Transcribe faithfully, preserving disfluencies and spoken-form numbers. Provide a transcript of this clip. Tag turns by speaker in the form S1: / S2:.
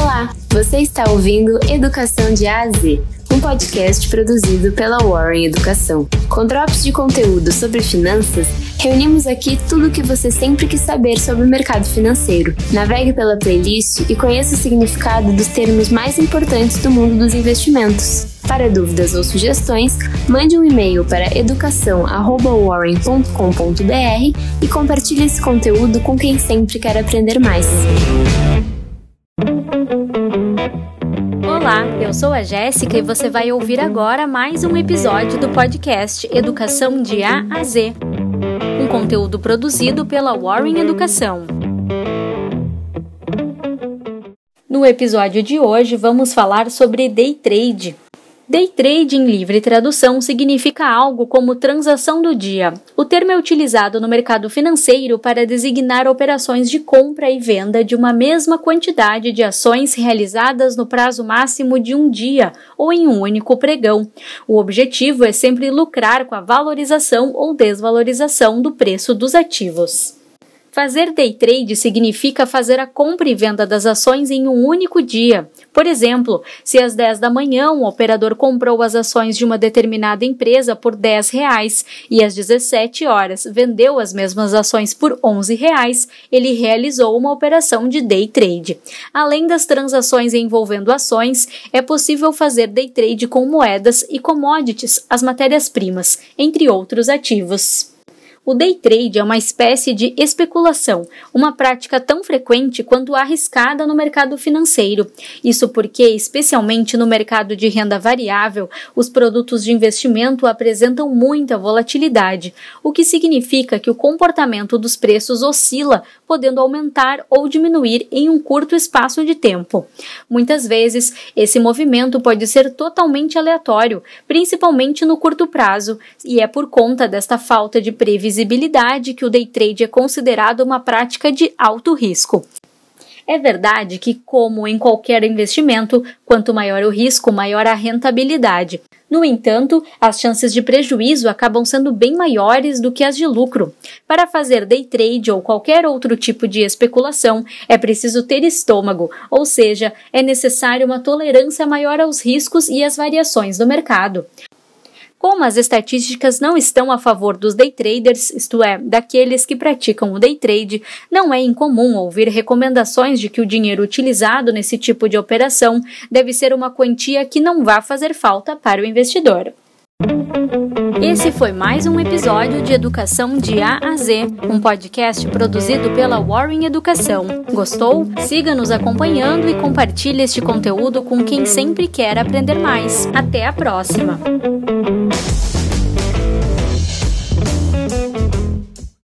S1: Olá, você está ouvindo Educação de A a Z, um podcast produzido pela Warren Educação. Com drops de conteúdo sobre finanças, reunimos aqui tudo o que você sempre quis saber sobre o mercado financeiro. Navegue pela playlist e conheça o significado dos termos mais importantes do mundo dos investimentos. Para dúvidas ou sugestões, mande um e-mail para educação arroba warren ponto com ponto b r e compartilhe esse conteúdo com quem sempre quer aprender mais.
S2: Olá, eu sou a Jéssica e você vai ouvir agora mais um episódio do podcast Educação de A a Z, um conteúdo produzido pela Warren Educação. No episódio de hoje vamos falar sobre Day Trade. Day Trade, em livre tradução, significa algo como transação do dia. O termo é utilizado no mercado financeiro para designar operações de compra e venda de uma mesma quantidade de ações realizadas no prazo máximo de um dia ou em um único pregão. O objetivo é sempre lucrar com a valorização ou desvalorização do preço dos ativos. Fazer day trade significa fazer a compra e venda das ações em um único dia. Por exemplo, se às dez da manhã um operador comprou as ações de uma determinada empresa por dez reais e às dezessete horas vendeu as mesmas ações por onze reais, ele realizou uma operação de day trade. Além das transações envolvendo ações, é possível fazer day trade com moedas e commodities, as matérias-primas, entre outros ativos. O day trade é uma espécie de especulação, uma prática tão frequente quanto arriscada no mercado financeiro. Isso porque, especialmente no mercado de renda variável, os produtos de investimento apresentam muita volatilidade, o que significa que o comportamento dos preços oscila, podendo aumentar ou diminuir em um curto espaço de tempo. Muitas vezes, esse movimento pode ser totalmente aleatório, principalmente no curto prazo, e é por conta desta falta de previsibilidade visibilidade que o day trade é considerado uma prática de alto risco. É verdade que, como em qualquer investimento, quanto maior o risco, maior a rentabilidade. No entanto, as chances de prejuízo acabam sendo bem maiores do que as de lucro. Para fazer day trade ou qualquer outro tipo de especulação, é preciso ter estômago, ou seja, é necessário uma tolerância maior aos riscos e às variações do mercado. Como as estatísticas não estão a favor dos day traders, isto é, daqueles que praticam o day trade, não é incomum ouvir recomendações de que o dinheiro utilizado nesse tipo de operação deve ser uma quantia que não vá fazer falta para o investidor. Esse foi mais um episódio de Educação de A a Z, um podcast produzido pela Warren Educação. Gostou? Siga nos acompanhando e compartilhe este conteúdo com quem sempre quer aprender mais. Até a próxima!